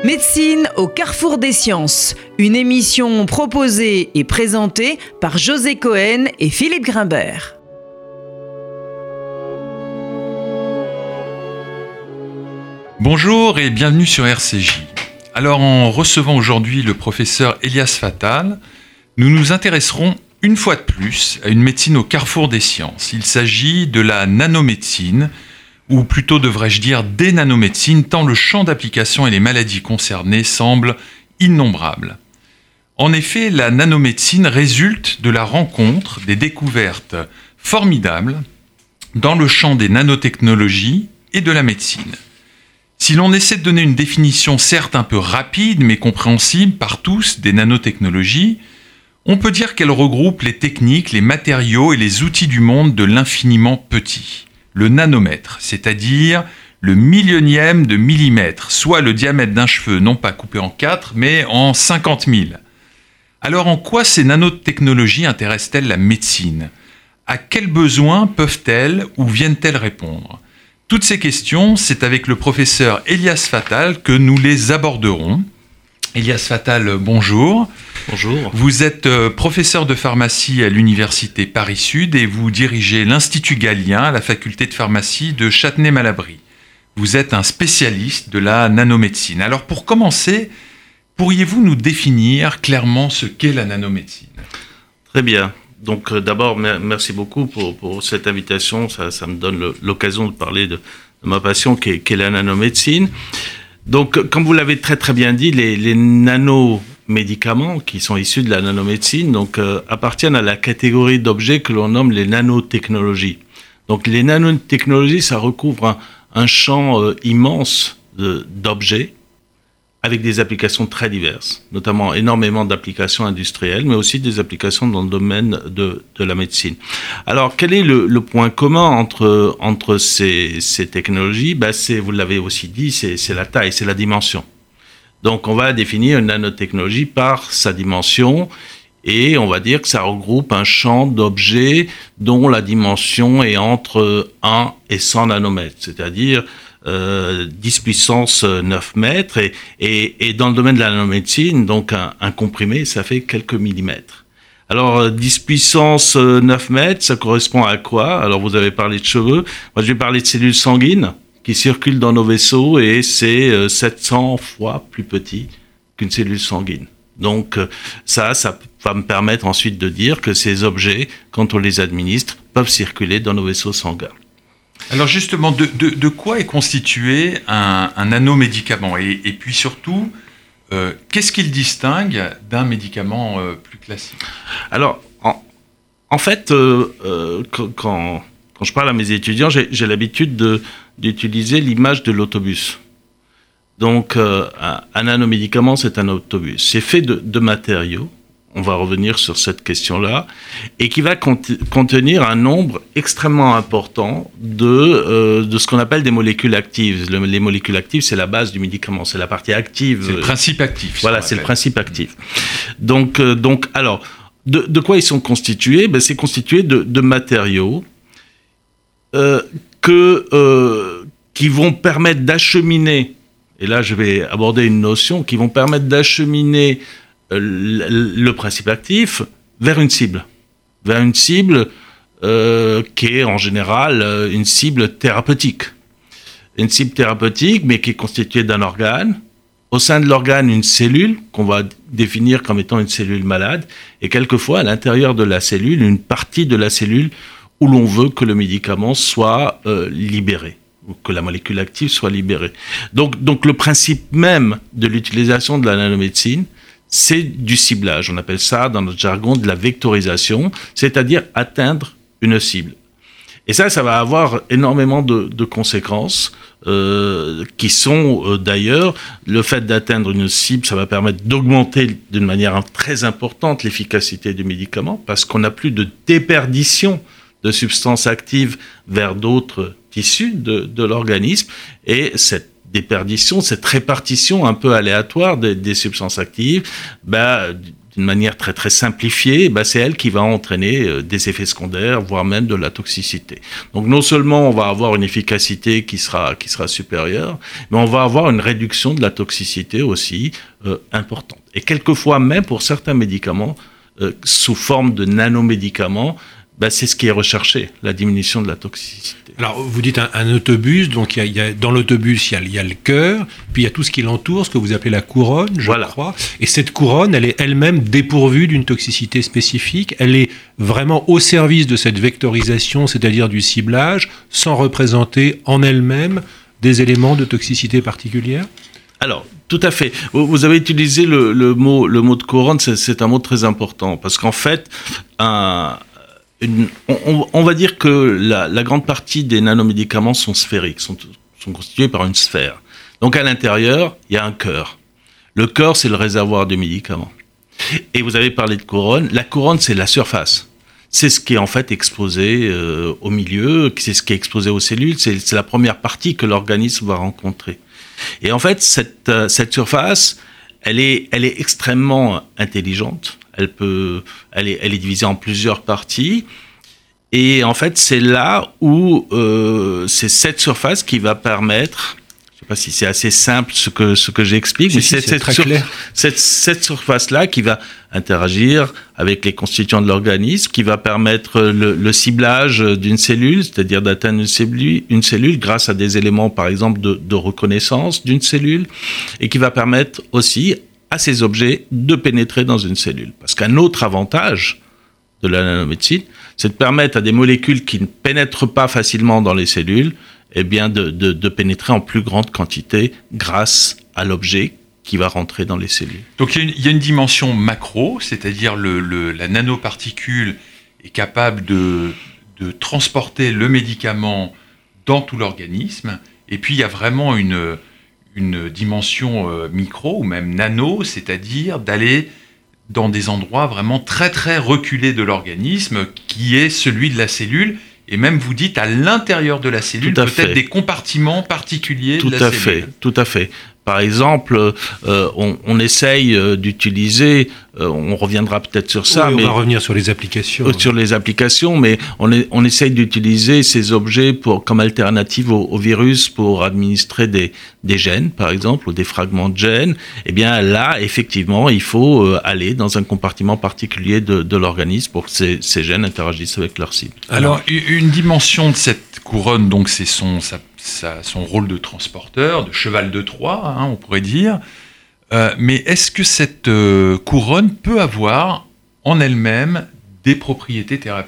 Médecine au carrefour des sciences, une émission proposée et présentée par José Cohen et Philippe Grimbert. Bonjour et bienvenue sur RCJ. Alors en recevant aujourd'hui le professeur Elias Fattal, nous nous intéresserons une fois de plus à une médecine au carrefour des sciences. Il s'agit de la nanomédecine, ou plutôt devrais-je dire des nanomédecines, tant le champ d'application et les maladies concernées semblent innombrables. En effet, la nanomédecine résulte de la rencontre des découvertes formidables dans le champ des nanotechnologies et de la médecine. Si l'on essaie de donner une définition certes un peu rapide mais compréhensible par tous des nanotechnologies, on peut dire qu'elles regroupent les techniques, les matériaux et les outils du monde de l'infiniment petit. Le nanomètre, c'est-à-dire le millionième de millimètre, soit le diamètre d'un cheveu, non pas coupé en 4, mais en 50 000. Alors en quoi ces nanotechnologies intéressent-elles la médecine ? À quels besoins peuvent-elles ou viennent-elles répondre ? Toutes ces questions, c'est avec le professeur Elias Fattal que nous les aborderons. Elias Fattal, bonjour. Bonjour. Vous êtes professeur de pharmacie à l'université Paris-Sud et vous dirigez l'Institut Galien à la faculté de pharmacie de Châtenay-Malabry. Vous êtes un spécialiste de la nanomédecine. Alors pour commencer, pourriez-vous nous définir clairement ce qu'est la nanomédecine ? Très bien. Donc d'abord, merci beaucoup pour cette invitation. Ça me donne l'occasion de parler de ma passion qui est la nanomédecine. Donc, comme vous l'avez très très bien dit, les nanomédicaments qui sont issus de la nanomédecine appartiennent à la catégorie d'objets que l'on nomme les nanotechnologies. Donc les nanotechnologies, ça recouvre un champ immense d'objets avec des applications très diverses, notamment énormément d'applications industrielles, mais aussi des applications dans le domaine de la médecine. Alors, quel est le point commun entre ces technologies ? Vous l'avez aussi dit, c'est la taille, c'est la dimension. Donc, on va définir une nanotechnologie par sa dimension, et on va dire que ça regroupe un champ d'objets dont la dimension est entre 1 et 100 nanomètres, c'est-à-dire 10 puissance 9 mètres, et dans le domaine de la nanomédecine, donc un comprimé, ça fait quelques millimètres. Alors, 10 puissance 9 mètres, ça correspond à quoi ? Alors, vous avez parlé de cheveux, moi je vais parler de cellules sanguines qui circulent dans nos vaisseaux, et c'est 700 fois plus petit qu'une cellule sanguine. Donc, ça va me permettre ensuite de dire que ces objets, quand on les administre, peuvent circuler dans nos vaisseaux sanguins. Alors justement, de quoi est constitué un nanomédicament ? Et puis surtout, qu'est-ce qu'il distingue d'un médicament plus classique ? Alors, en fait, quand je parle à mes étudiants, j'ai l'habitude d'utiliser l'image de l'autobus. Donc, un nanomédicament, c'est un autobus. C'est fait de matériaux. On va revenir sur cette question-là, et qui va contenir un nombre extrêmement important de ce qu'on appelle des molécules actives. Les molécules actives, c'est la base du médicament, c'est la partie active. C'est le principe actif. Voilà, c'est le principe actif. Donc, alors, de quoi ils sont constitués ? C'est constitué de matériaux qui vont permettre d'acheminer, et là je vais aborder une notion, qui vont permettre d'acheminer le principe actif vers une cible qui est en général une cible thérapeutique. Une cible thérapeutique, mais qui est constituée d'un organe. Au sein de l'organe, une cellule qu'on va définir comme étant une cellule malade, et quelquefois à l'intérieur de la cellule, une partie de la cellule où l'on veut que le médicament soit libéré, ou que la molécule active soit libérée. Donc le principe même de l'utilisation de la nanomédecine, c'est du ciblage. On appelle ça, dans notre jargon, de la vectorisation, c'est-à-dire atteindre une cible. Et ça va avoir énormément de conséquences qui sont d'ailleurs, le fait d'atteindre une cible, ça va permettre d'augmenter d'une manière très importante l'efficacité du médicament, parce qu'on n'a plus de déperdition de substances actives vers d'autres tissus de l'organisme, et cette déperdition, cette répartition un peu aléatoire des substances actives, d'une manière très très simplifiée, c'est elle qui va entraîner des effets secondaires, voire même de la toxicité. Donc non seulement on va avoir une efficacité qui sera supérieure, mais on va avoir une réduction de la toxicité aussi importante. Et quelquefois même pour certains médicaments, sous forme de nanomédicaments, c'est ce qui est recherché, la diminution de la toxicité. Alors, vous dites un autobus, donc dans l'autobus, il y a le cœur, puis il y a tout ce qui l'entoure, ce que vous appelez la couronne, je crois. Et cette couronne, elle est elle-même dépourvue d'une toxicité spécifique. Elle est vraiment au service de cette vectorisation, c'est-à-dire du ciblage, sans représenter en elle-même des éléments de toxicité particulière. Alors, tout à fait. Vous avez utilisé le mot de couronne, c'est un mot très important, parce qu'en fait, on va dire que la grande partie des nanomédicaments sont sphériques, sont constitués par une sphère. Donc à l'intérieur, il y a un cœur. Le cœur, c'est le réservoir du médicament. Et vous avez parlé de couronne. La couronne, c'est la surface. C'est ce qui est en fait exposé au milieu, c'est ce qui est exposé aux cellules, c'est la première partie que l'organisme va rencontrer. Et en fait, cette surface, elle est extrêmement intelligente. Elle est divisée en plusieurs parties. Et en fait, c'est là où c'est cette surface qui va permettre, je ne sais pas si c'est assez simple ce que j'explique, mais c'est très clair. Cette surface-là qui va interagir avec les constituants de l'organisme, qui va permettre le ciblage d'une cellule, c'est-à-dire d'atteindre une cellule grâce à des éléments, par exemple, de reconnaissance d'une cellule, et qui va permettre aussi à ces objets de pénétrer dans une cellule. Parce qu'un autre avantage de la nanomédecine, c'est de permettre à des molécules qui ne pénètrent pas facilement dans les cellules, de pénétrer en plus grande quantité grâce à l'objet qui va rentrer dans les cellules. Donc il y a une dimension macro, c'est-à-dire la nanoparticule est capable de transporter le médicament dans tout l'organisme, et puis il y a vraiment une dimension micro ou même nano, c'est-à-dire d'aller dans des endroits vraiment très très reculés de l'organisme, qui est celui de la cellule, et même vous dites à l'intérieur de la cellule, peut-être des compartiments particuliers de la cellule. Tout à fait. Par exemple, on essaye d'utiliser, on reviendra peut-être sur ça. Oui, on va revenir sur les applications. Sur les applications, mais on essaye d'utiliser ces objets comme alternative au virus pour administrer des gènes, par exemple, ou des fragments de gènes. Eh bien là, effectivement, il faut aller dans un compartiment particulier de l'organisme pour que ces gènes interagissent avec leur cible. Alors, une dimension de cette couronne, donc c'est son rôle de transporteur, de cheval de Troie, on pourrait dire. Mais est-ce que cette couronne peut avoir en elle-même des propriétés thérapeutiques ?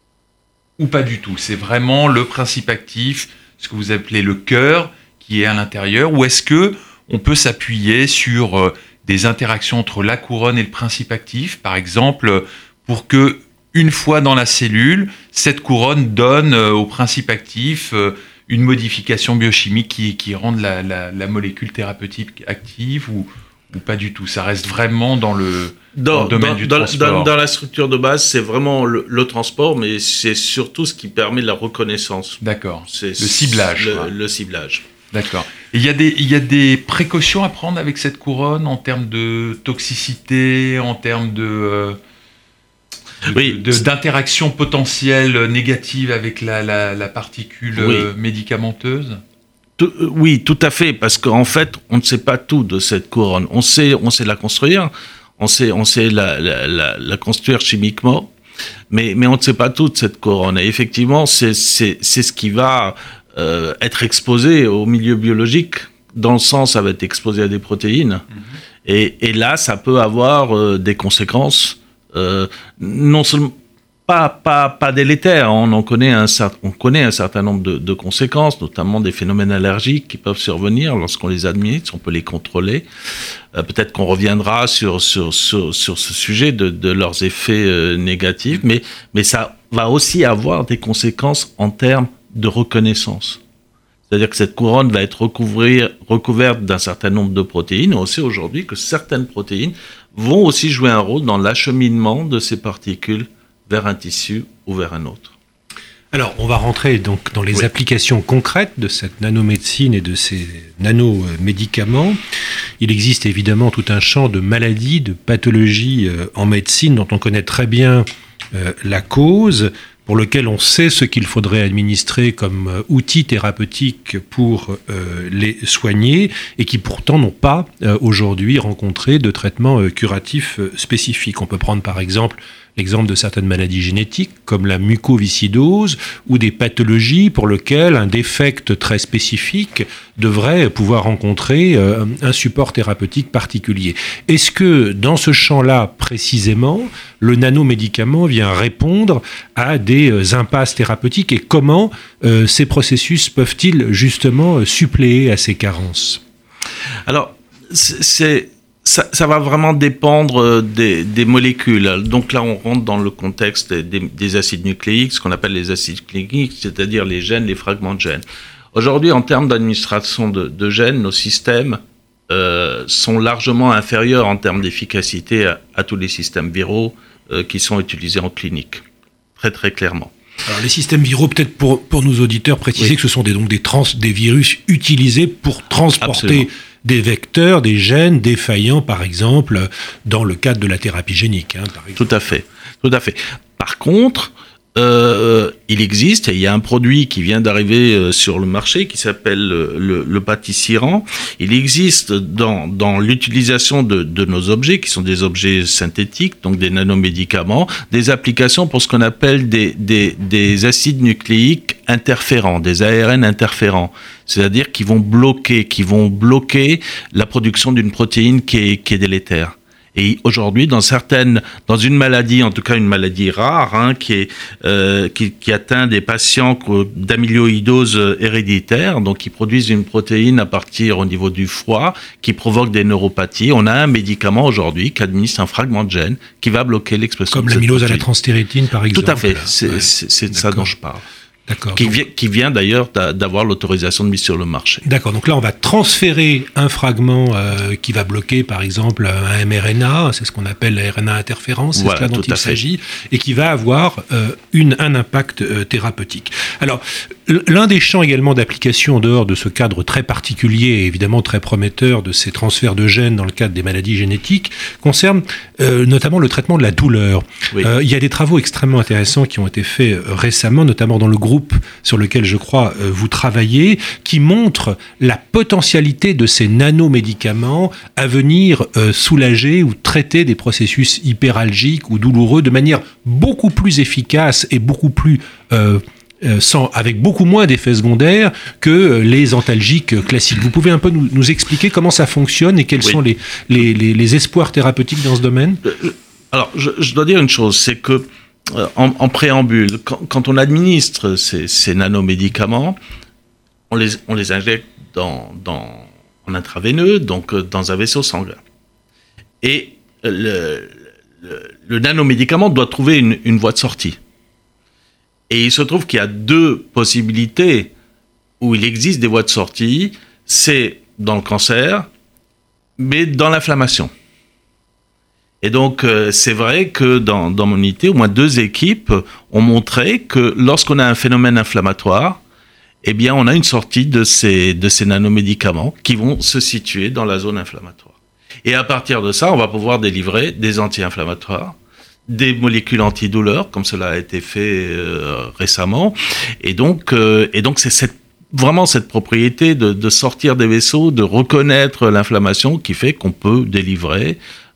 Ou pas du tout ? C'est vraiment le principe actif, ce que vous appelez le cœur, qui est à l'intérieur, ou est-ce que on peut s'appuyer sur des interactions entre la couronne et le principe actif, par exemple, pour que une fois dans la cellule, cette couronne donne au principe actif une modification biochimique qui rende la molécule thérapeutique active ou pas du tout? Ça reste vraiment dans le domaine du transport. Dans la structure de base, c'est vraiment le transport, mais c'est surtout ce qui permet la reconnaissance. D'accord. C'est le ciblage. Le ciblage. D'accord. Et il y a des précautions à prendre avec cette couronne en termes de toxicité, en termes d'interaction potentielle négative avec la particule médicamenteuse? Oui, tout à fait, parce qu'en fait, on ne sait pas tout de cette couronne. On sait la construire, on sait la construire chimiquement, mais on ne sait pas tout de cette couronne. Et effectivement, c'est ce qui va être exposé au milieu biologique. Dans le sens, ça va être exposé à des protéines. Et là, ça peut avoir des conséquences non seulement pas délétères, on connaît un certain nombre de conséquences, notamment des phénomènes allergiques qui peuvent survenir lorsqu'on les administre, on peut les contrôler. Peut-être qu'on reviendra sur ce sujet de leurs effets négatifs, mais ça va aussi avoir des conséquences en termes de reconnaissance. C'est-à-dire que cette couronne va être recouverte d'un certain nombre de protéines. On sait aujourd'hui que certaines protéines vont aussi jouer un rôle dans l'acheminement de ces particules vers un tissu ou vers un autre. Alors, on va rentrer donc dans les applications concrètes de cette nanomédecine et de ces nanomédicaments. il existe évidemment tout un champ de maladies, de pathologies en médecine dont on connaît très bien la cause, pour lequel on sait ce qu'il faudrait administrer comme outils thérapeutiques pour les soigner, et qui pourtant n'ont pas aujourd'hui rencontré de traitement curatif spécifique. On peut prendre par exemple l'exemple de certaines maladies génétiques, comme la mucoviscidose, ou des pathologies pour lesquelles un défect très spécifique devrait pouvoir rencontrer un support thérapeutique particulier. Est-ce que, dans ce champ-là précisément, le nanomédicament vient répondre à des impasses thérapeutiques, et comment ces processus peuvent-ils justement suppléer à ces carences ? Alors, ça va vraiment dépendre des molécules. Donc là, on rentre dans le contexte des acides nucléiques, ce qu'on appelle les acides nucléiques, c'est-à-dire les gènes, les fragments de gènes. Aujourd'hui, en termes d'administration de gènes, nos systèmes sont largement inférieurs en termes d'efficacité à tous les systèmes viraux qui sont utilisés en clinique, très très clairement. Alors les systèmes viraux, peut-être pour nos auditeurs, préciser que ce sont des virus utilisés pour transporter des vecteurs, des gènes défaillants, par exemple, dans le cadre de la thérapie génique. Par exemple. Tout à fait. Par contre, il existe, et il y a un produit qui vient d'arriver sur le marché qui s'appelle le patisiran. Il existe dans l'utilisation de nos objets, qui sont des objets synthétiques, donc des nanomédicaments, des applications pour ce qu'on appelle des acides nucléiques interférents, des ARN interférents. C'est-à-dire qui vont bloquer la production d'une protéine qui est délétère. Et aujourd'hui, dans une maladie, en tout cas une maladie rare, qui atteint des patients d'amyloïdose héréditaire, donc qui produisent une protéine à partir au niveau du foie, qui provoque des neuropathies. On a un médicament aujourd'hui qui administre un fragment de gène qui va bloquer l'expression. Comme l'amylose à la transthyrétine, par exemple. Tout à fait. C'est ça dont je parle. D'accord. Qui vient d'ailleurs d'avoir l'autorisation de mise sur le marché. D'accord, donc là on va transférer un fragment qui va bloquer par exemple un mRNA, c'est ce qu'on appelle la RNA interférence, c'est cela dont il s'agit, et qui va avoir un impact thérapeutique. Alors, l'un des champs également d'application en dehors de ce cadre très particulier et évidemment très prometteur de ces transferts de gènes dans le cadre des maladies génétiques concerne notamment le traitement de la douleur. Oui. Il y a des travaux extrêmement intéressants qui ont été faits récemment, notamment dans le groupe sur lequel je crois vous travaillez, qui montre la potentialité de ces nanomédicaments à venir soulager ou traiter des processus hyperalgiques ou douloureux de manière beaucoup plus efficace et beaucoup plus avec beaucoup moins d'effets secondaires que les antalgiques classiques. Vous pouvez un peu nous expliquer comment ça fonctionne et quels sont les espoirs thérapeutiques dans ce domaine ? Alors, je dois dire une chose, c'est que en préambule, quand on administre ces nanomédicaments, on les injecte en intraveineux, donc dans un vaisseau sanguin. Et le nanomédicament doit trouver une voie de sortie. Et il se trouve qu'il y a deux possibilités où il existe des voies de sortie. C'est dans le cancer, mais dans l'inflammation. Et donc, c'est vrai que dans mon unité, au moins 2 équipes ont montré que lorsqu'on a un phénomène inflammatoire, eh bien, on a une sortie de ces nanomédicaments qui vont se situer dans la zone inflammatoire. Et à partir de ça, on va pouvoir délivrer des anti-inflammatoires, des molécules antidouleurs, comme cela a été fait récemment. Et donc c'est vraiment cette propriété de sortir des vaisseaux, de reconnaître l'inflammation qui fait qu'on peut délivrer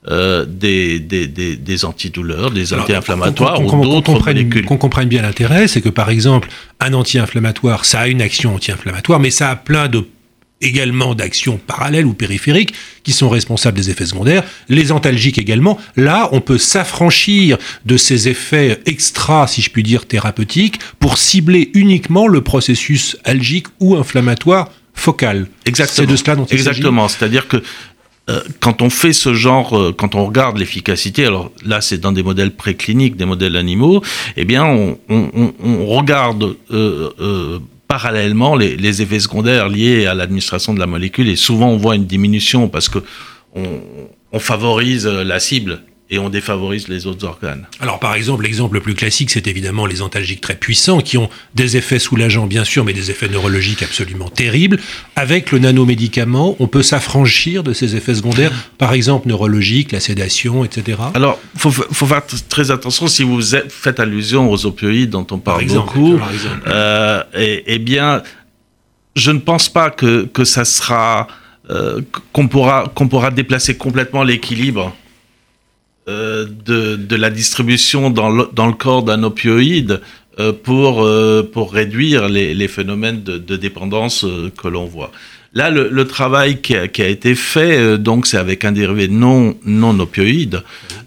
des antidouleurs, des anti-inflammatoires ou d'autres molécules. Qu'on comprenne bien l'intérêt, c'est que par exemple, un anti-inflammatoire, ça a une action anti-inflammatoire, mais ça a plein également d'actions parallèles ou périphériques qui sont responsables des effets secondaires, les antalgiques également. Là, on peut s'affranchir de ces effets extra, si je puis dire, thérapeutiques pour cibler uniquement le processus algique ou inflammatoire focal. Exactement. C'est de cela dont il s'agit. Exactement, c'est-à-dire que quand on fait ce genre, quand on regarde l'efficacité, alors là c'est dans des modèles précliniques, des modèles animaux, eh bien on regarde parallèlement les effets secondaires liés à l'administration de la molécule, et souvent on voit une diminution parce que on favorise la cible et on défavorise les autres organes. Alors par exemple, l'exemple le plus classique, c'est évidemment les antalgiques très puissants qui ont des effets soulageants bien sûr, mais des effets neurologiques absolument terribles. Avec le nanomédicament, on peut s'affranchir de ces effets secondaires, par exemple neurologiques, la sédation, etc. Alors, faut faire très attention si vous faites allusion aux opioïdes dont on parle beaucoup. Eh bien, je ne pense pas que ça sera qu'on pourra déplacer complètement l'équilibre de la distribution dans le corps d'un opioïde pour réduire les phénomènes de dépendance que l'on voit. Là, le travail qui a été fait, donc c'est avec un dérivé non opioïde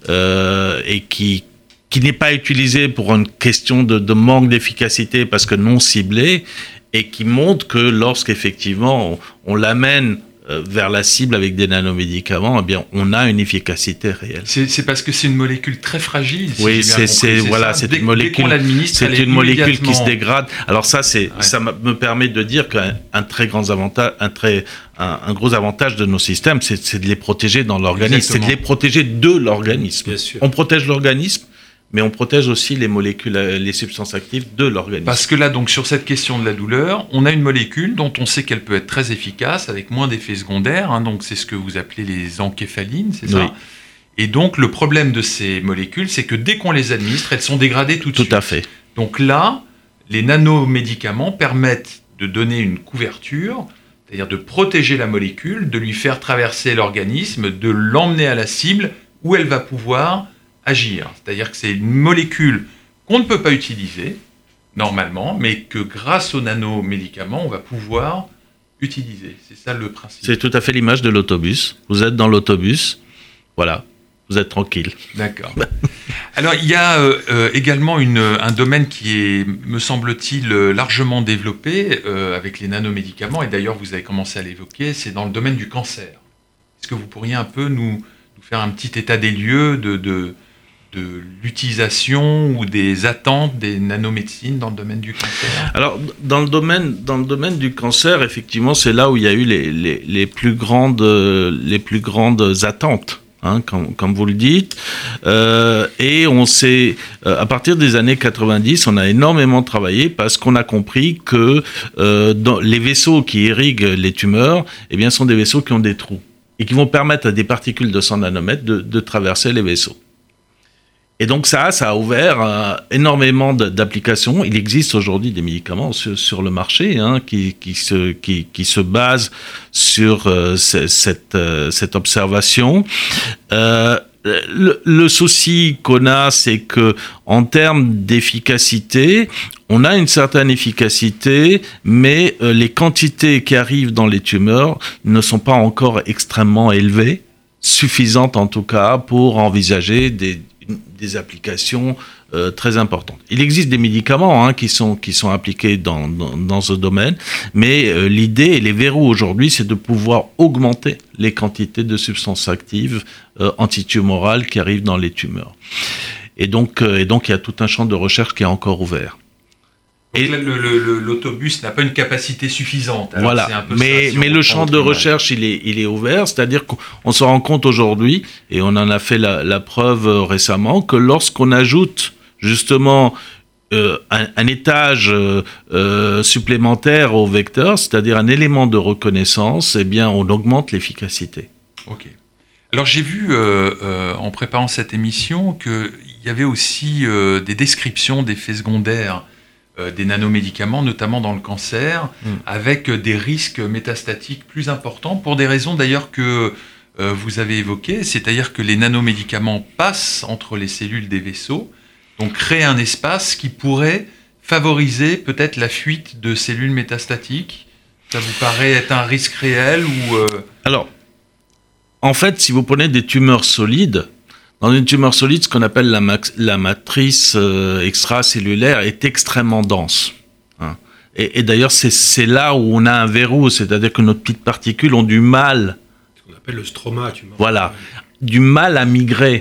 et qui n'est pas utilisé pour une question de manque d'efficacité parce que non ciblé, et qui montre que lorsqu'effectivement on l'amène vers la cible avec des nanomédicaments, eh bien, on a une efficacité réelle. C'est parce que c'est une molécule très fragile. Si oui, c'est une molécule qui se dégrade. Alors ça, ça me permet de dire qu'un très grand avantage, un gros avantage de nos systèmes, c'est de les protéger dans l'organisme, c'est de les protéger de l'organisme. On protège l'organisme, mais on protège aussi les molécules, les substances actives de l'organisme. Parce que là, donc, sur cette question de la douleur, on a une molécule dont on sait qu'elle peut être très efficace, avec moins d'effets secondaires, hein, donc c'est ce que vous appelez les encéphalines, c'est ça ? Et donc, le problème de ces molécules, c'est que dès qu'on les administre, elles sont dégradées tout de suite. Tout à fait. Donc là, les nanomédicaments permettent de donner une couverture, c'est-à-dire de protéger la molécule, de lui faire traverser l'organisme, de l'emmener à la cible où elle va pouvoir agir. C'est-à-dire que c'est une molécule qu'on ne peut pas utiliser normalement, mais que grâce aux nanomédicaments, on va pouvoir utiliser. C'est ça le principe. C'est tout à fait l'image de l'autobus. Vous êtes dans l'autobus, voilà, vous êtes tranquille. D'accord. Alors, il y a également un domaine qui est, me semble-t-il, largement développé avec les nanomédicaments, et d'ailleurs, vous avez commencé à l'évoquer, c'est dans le domaine du cancer. Est-ce que vous pourriez un peu nous faire un petit état des lieux de l'utilisation ou des attentes des nanomédecines dans le domaine du cancer? Alors, dans le domaine du cancer, effectivement, c'est là où il y a eu les plus grandes attentes, hein, comme vous le dites. Et on s'est, à partir des années 90, on a énormément travaillé parce qu'on a compris que les vaisseaux qui irriguent les tumeurs, eh bien, sont des vaisseaux qui ont des trous et qui vont permettre à des particules de 100 nanomètres de traverser les vaisseaux. Et donc ça a ouvert énormément d'applications. Il existe aujourd'hui des médicaments sur le marché, hein, qui se basent sur cette observation. Le souci qu'on a, c'est que en termes d'efficacité, on a une certaine efficacité, mais les quantités qui arrivent dans les tumeurs ne sont pas encore extrêmement élevées, suffisantes en tout cas pour envisager des applications très importantes. Il existe des médicaments, hein, qui sont appliqués dans ce domaine, mais l'idée et les verrous aujourd'hui, c'est de pouvoir augmenter les quantités de substances actives antitumorales qui arrivent dans les tumeurs. Et donc il y a tout un champ de recherche qui est encore ouvert. Donc là, l'autobus n'a pas une capacité suffisante. Alors voilà, c'est un peu mais le champ de recherche, il est ouvert, c'est-à-dire qu'on se rend compte aujourd'hui, et on en a fait la preuve récemment, que lorsqu'on ajoute justement un étage supplémentaire au vecteur, c'est-à-dire un élément de reconnaissance, eh bien, on augmente l'efficacité. Ok. Alors j'ai vu, en préparant cette émission, qu'il y avait aussi des descriptions d'effets secondaires des nanomédicaments, notamment dans le cancer, avec des risques métastatiques plus importants, pour des raisons d'ailleurs que vous avez évoquées, c'est-à-dire que les nanomédicaments passent entre les cellules des vaisseaux, donc créent un espace qui pourrait favoriser peut-être la fuite de cellules métastatiques. Ça vous paraît être un risque réel ou Alors, en fait, si vous prenez des tumeurs solides, dans une tumeur solide, ce qu'on appelle la matrice extracellulaire est extrêmement dense. Hein. Et d'ailleurs, c'est là où on a un verrou, c'est-à-dire que nos petites particules ont du mal. Ce qu'on appelle le stroma. Voilà, du mal à migrer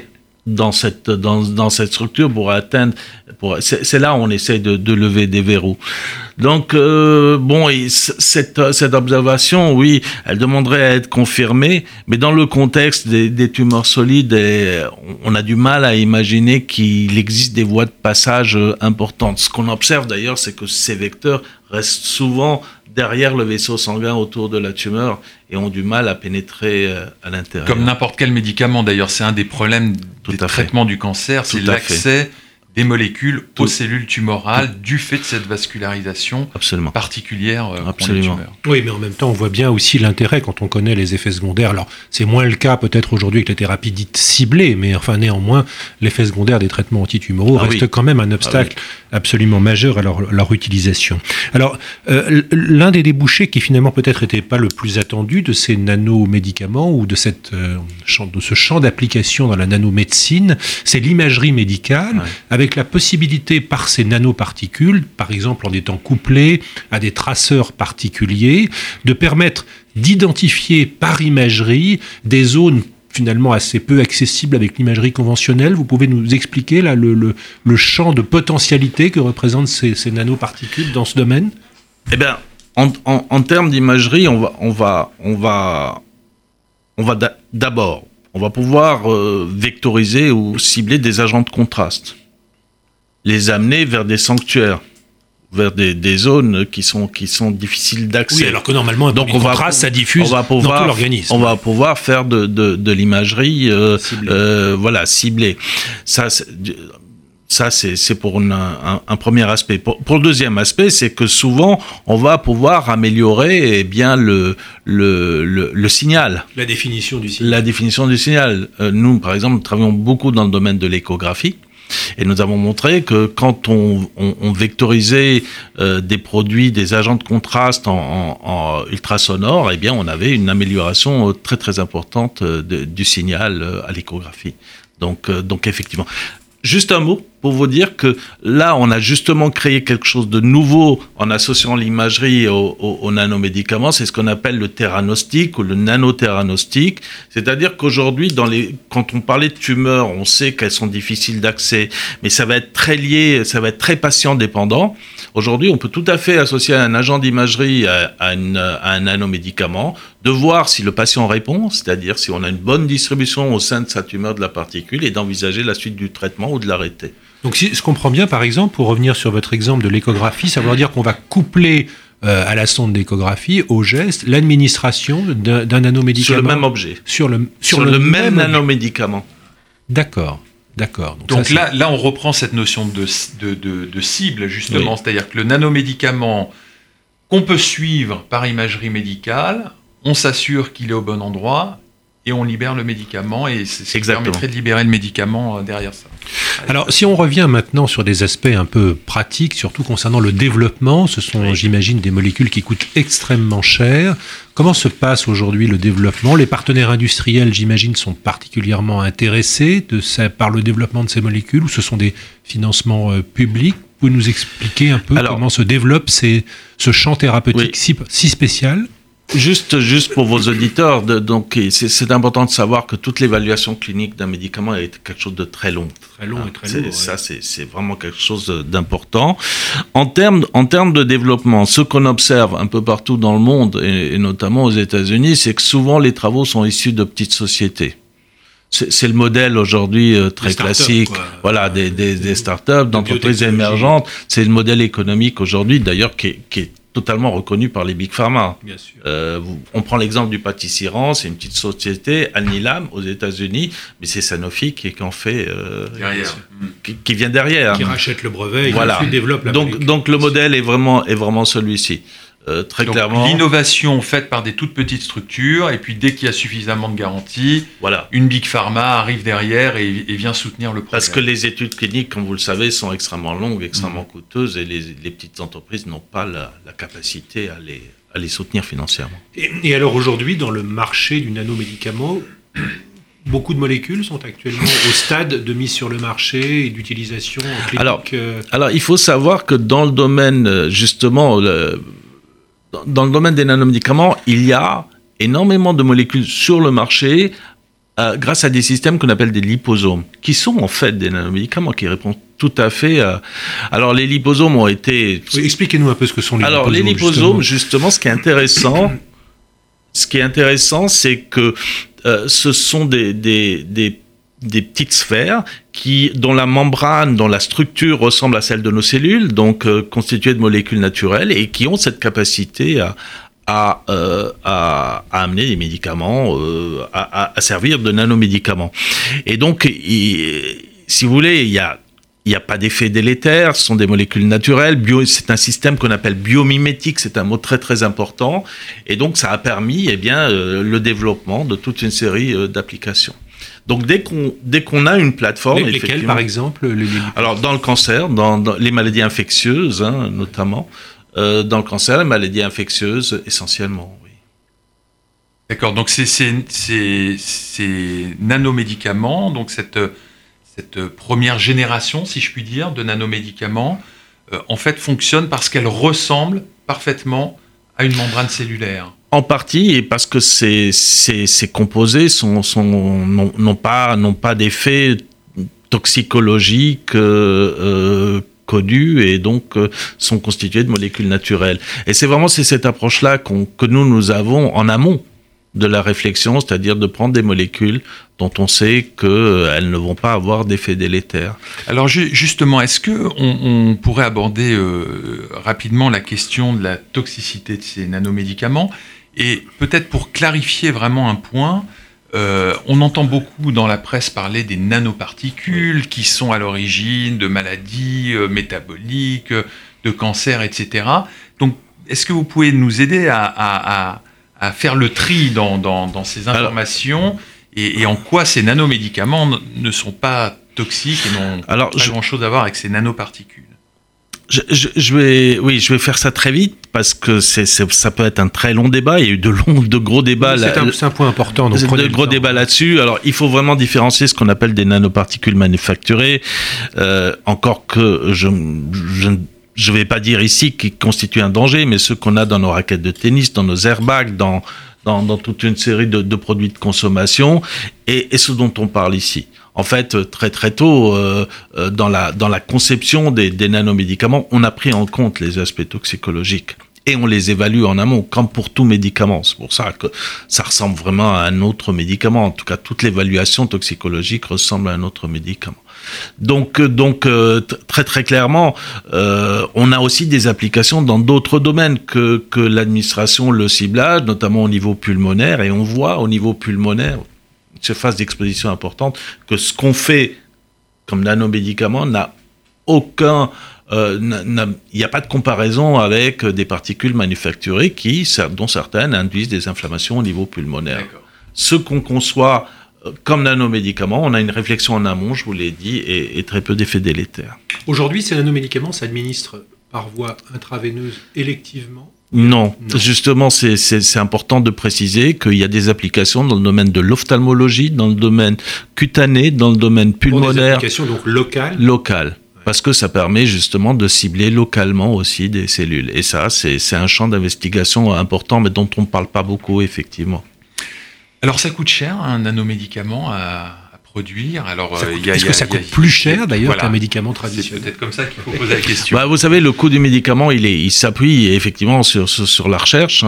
dans cette structure pour atteindre. C'est là où on essaie de lever des verrous. Donc cette observation, oui, elle demanderait à être confirmée, mais dans le contexte des tumeurs solides, on a du mal à imaginer qu'il existe des voies de passage importantes. Ce qu'on observe d'ailleurs, c'est que ces vecteurs restent souvent derrière le vaisseau sanguin autour de la tumeur et ont du mal à pénétrer à l'intérieur. Comme n'importe quel médicament, d'ailleurs, c'est un des problèmes du traitement du cancer, c'est l'accès des molécules aux cellules tumorales du fait de cette vascularisation particulière qu'ont les tumeurs. Oui, mais en même temps, on voit bien aussi l'intérêt quand on connaît les effets secondaires. Alors, c'est moins le cas peut-être aujourd'hui avec les thérapies dites ciblées, mais enfin, néanmoins, l'effet secondaire des traitements antitumoraux reste quand même un obstacle absolument majeur à leur utilisation. Alors, l'un des débouchés qui finalement peut-être n'était pas le plus attendu de ces nanomédicaments ou de ce champ d'application dans la nanomédecine, c'est l'imagerie médicale, avec la possibilité par ces nanoparticules, par exemple en étant couplés à des traceurs particuliers, de permettre d'identifier par imagerie des zones finalement assez peu accessibles avec l'imagerie conventionnelle. Vous pouvez nous expliquer là, le champ de potentialité que représentent ces nanoparticules dans ce domaine ? Eh bien, en termes d'imagerie, on va d'abord, on va pouvoir vectoriser ou cibler des agents de contraste, les amener vers des sanctuaires, vers des zones qui sont difficiles d'accès. Oui, alors que normalement, un contraste, ça diffuse dans tout l'organisme. On va pouvoir faire de l'imagerie ciblée. Ça, c'est pour un premier aspect. Pour le deuxième aspect, c'est que souvent, on va pouvoir améliorer le signal. La définition du signal. La définition du signal. Nous, par exemple, nous travaillons beaucoup dans le domaine de l'échographie. Et nous avons montré que quand on vectorisait des produits, des agents de contraste en ultrasonore, eh bien, on avait une amélioration très très importante du signal à l'échographie. Donc effectivement. Juste un mot pour vous dire que là, on a justement créé quelque chose de nouveau en associant l'imagerie aux nanomédicaments. C'est ce qu'on appelle le theranostic ou le nanotheranostic. C'est-à-dire qu'aujourd'hui, quand on parlait de tumeurs, on sait qu'elles sont difficiles d'accès, mais ça va être très lié, ça va être très patient dépendant. Aujourd'hui, on peut tout à fait associer un agent d'imagerie à un nanomédicament, de voir si le patient répond, c'est-à-dire si on a une bonne distribution au sein de sa tumeur de la particule et d'envisager la suite du traitement ou de l'arrêter. Donc si je comprends bien, par exemple, pour revenir sur votre exemple de l'échographie, ça veut dire qu'on va coupler à la sonde d'échographie, au geste, l'administration d'un nanomédicament. Sur le même objet. Sur le même nanomédicament. D'accord. Donc là, on reprend cette notion de cible, justement, c'est-à-dire que le nanomédicament qu'on peut suivre par imagerie médicale, on s'assure qu'il est au bon endroit et on libère le médicament, et c'est ce qui permettrait de libérer le médicament derrière ça. Alors, si on revient maintenant sur des aspects un peu pratiques, surtout concernant le développement, ce sont, j'imagine, des molécules qui coûtent extrêmement cher. Comment se passe aujourd'hui le développement ? Les partenaires industriels, j'imagine, sont particulièrement intéressés par le développement de ces molécules, ou ce sont des financements publics ? Vous pouvez nous expliquer un peu comment se développe ce champ thérapeutique si spécial ? Juste pour vos auditeurs, donc c'est important de savoir que toute l'évaluation clinique d'un médicament est quelque chose de très long. Très long et très lourd. Ça, c'est vraiment quelque chose d'important. En termes de développement, ce qu'on observe un peu partout dans le monde, et notamment aux États-Unis, c'est que souvent les travaux sont issus de petites sociétés. C'est le modèle aujourd'hui très classique, des startups, d'entreprises émergentes. C'est le modèle économique aujourd'hui, d'ailleurs, qui est totalement reconnu par les big pharma. Bien sûr. On prend l'exemple du pâtissiran, c'est une petite société, Alnilam, aux États-Unis, mais c'est Sanofi qui en fait derrière, qui vient derrière, qui rachète le brevet et qui ensuite développe la molécule. Donc le modèle est vraiment celui-ci. Très donc, clairement. L'innovation faite par des toutes petites structures, et puis dès qu'il y a suffisamment de garanties, une big pharma arrive derrière et vient soutenir le projet. Parce que les études cliniques, comme vous le savez, sont extrêmement longues, extrêmement coûteuses, et les petites entreprises n'ont pas la capacité à les soutenir financièrement. Et alors aujourd'hui, dans le marché du nanomédicament, beaucoup de molécules sont actuellement au stade de mise sur le marché et d'utilisation clinique. Alors, il faut savoir que dans le domaine, justement, dans le domaine des nanomédicaments, il y a énormément de molécules sur le marché grâce à des systèmes qu'on appelle des liposomes, qui sont en fait des nanomédicaments, qui répondent tout à fait à... Alors, les liposomes ont été... Oui, expliquez-nous un peu ce que sont les liposomes. Alors, les liposomes, justement, ce qui est intéressant, c'est que ce sont des petites sphères dont la membrane, dont la structure ressemble à celle de nos cellules, donc constituées de molécules naturelles, et qui ont cette capacité à amener des médicaments, à servir de nanomédicaments. Et donc, si vous voulez, il n'y a pas d'effet délétère, ce sont des molécules naturelles. C'est un système qu'on appelle biomimétique, c'est un mot très très important. Et donc, ça a permis le développement de toute une série d'applications. Donc, dès qu'on a une plateforme... Lesquelles, par exemple Alors, dans le cancer, dans les maladies infectieuses, notamment... dans le cancer, les maladies infectieuses, essentiellement, oui. D'accord, donc ces nanomédicaments, donc cette première génération, si je puis dire, de nanomédicaments, en fait, fonctionnent parce qu'elles ressemblent parfaitement à une membrane cellulaire. En partie, et parce que ces composés n'ont pas d'effet toxicologique connus et donc sont constitués de molécules naturelles. Et c'est cette approche-là que nous avons en amont de la réflexion, c'est-à-dire de prendre des molécules dont on sait qu'elles ne vont pas avoir d'effet délétère. Alors justement, est-ce qu'on pourrait aborder rapidement la question de la toxicité de ces nanomédicaments ? Et peut-être pour clarifier vraiment un point, on entend beaucoup dans la presse parler des nanoparticules qui sont à l'origine de maladies métaboliques, de cancers, etc. Donc, est-ce que vous pouvez nous aider à faire le tri dans ces informations et en quoi ces nanomédicaments ne sont pas toxiques et n'ont pas grand-chose à voir avec ces nanoparticules ? Je vais faire ça très vite parce que ça peut être un très long débat. Il y a eu de gros débats. C'est un point important. Donc de gros débats là-dessus. Alors, il faut vraiment différencier ce qu'on appelle des nanoparticules manufacturées. Encore que je vais pas dire ici qu'ils constituent un danger, mais ceux qu'on a dans nos raquettes de tennis, dans nos airbags, dans toute une série de produits de consommation, et ce dont on parle ici. En fait, très très tôt, dans la conception des nanomédicaments, on a pris en compte les aspects toxicologiques et on les évalue en amont, comme pour tout médicament. C'est pour ça que ça ressemble vraiment à un autre médicament. En tout cas, toute l'évaluation toxicologique ressemble à un autre médicament. Donc très très clairement, on a aussi des applications dans d'autres domaines que l'administration, le ciblage, notamment au niveau pulmonaire. Et on voit au niveau pulmonaire, une surface d'exposition importante, que ce qu'on fait comme nanomédicament n'a aucun... il n'y a pas de comparaison avec des particules manufacturées dont certaines induisent des inflammations au niveau pulmonaire. D'accord. Ce qu'on conçoit comme nanomédicaments, on a une réflexion en amont, je vous l'ai dit, et très peu d'effets délétères. Aujourd'hui, ces nanomédicaments s'administrent par voie intraveineuse électivement ? Non. Justement, c'est important de préciser qu'il y a des applications dans le domaine de l'ophtalmologie, dans le domaine cutané, dans le domaine pulmonaire. Des applications donc locales. Locales. Parce que ça permet justement de cibler localement aussi des cellules. Et ça, c'est un champ d'investigation important, mais dont on ne parle pas beaucoup, effectivement. Alors, ça coûte cher, un nanomédicament à produire. Alors, est-ce que ça coûte plus cher d'ailleurs qu'un médicament traditionnel ? C'est peut-être comme ça qu'il faut poser la question. Vous savez, le coût du médicament, il s'appuie effectivement sur la recherche.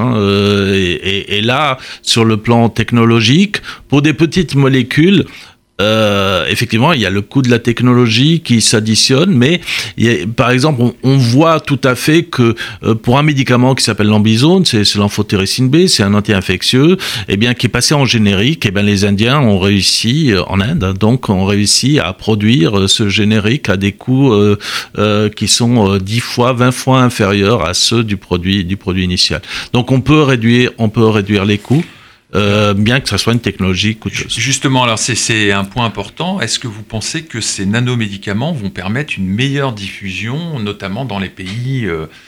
Et là, sur le plan technologique, pour des petites molécules, effectivement, il y a le coût de la technologie qui s'additionne, mais par exemple, on voit tout à fait que pour un médicament qui s'appelle l'ambisone, c'est l'amphotericine B, c'est un anti-infectieux, qui est passé en générique, les Indiens ont réussi, en Inde, donc ont réussi à produire ce générique à des coûts qui sont 10 fois, 20 fois inférieurs à ceux du produit initial. Donc on peut réduire les coûts. Bien que ça soit une technologie coûteuse. Justement, alors c'est un point important. Est-ce que vous pensez que ces nanomédicaments vont permettre une meilleure diffusion, notamment dans les pays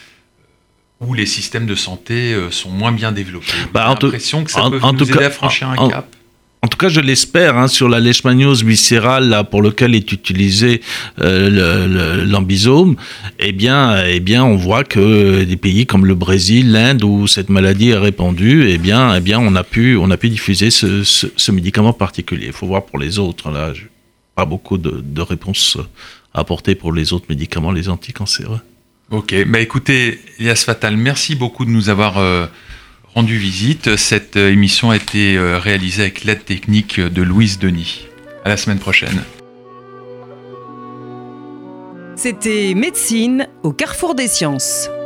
où les systèmes de santé sont moins bien développés ? J'ai l'impression que ça peut nous aider à franchir un cap. en tout cas je l'espère, sur la leishmaniose viscérale là, pour lequel est utilisé l'ambisome, eh bien on voit que des pays comme le Brésil, l'Inde, où cette maladie est répandue, eh bien on a pu diffuser ce médicament particulier. Il faut voir pour les autres, là, pas beaucoup de réponses à apporter pour les autres médicaments, les anticancéreux. Ok, écoutez, Elias Fattal, merci beaucoup de nous avoir rendu visite. Cette émission a été réalisée avec l'aide technique de Louise Denis. À la semaine prochaine. C'était Médecine au carrefour des sciences.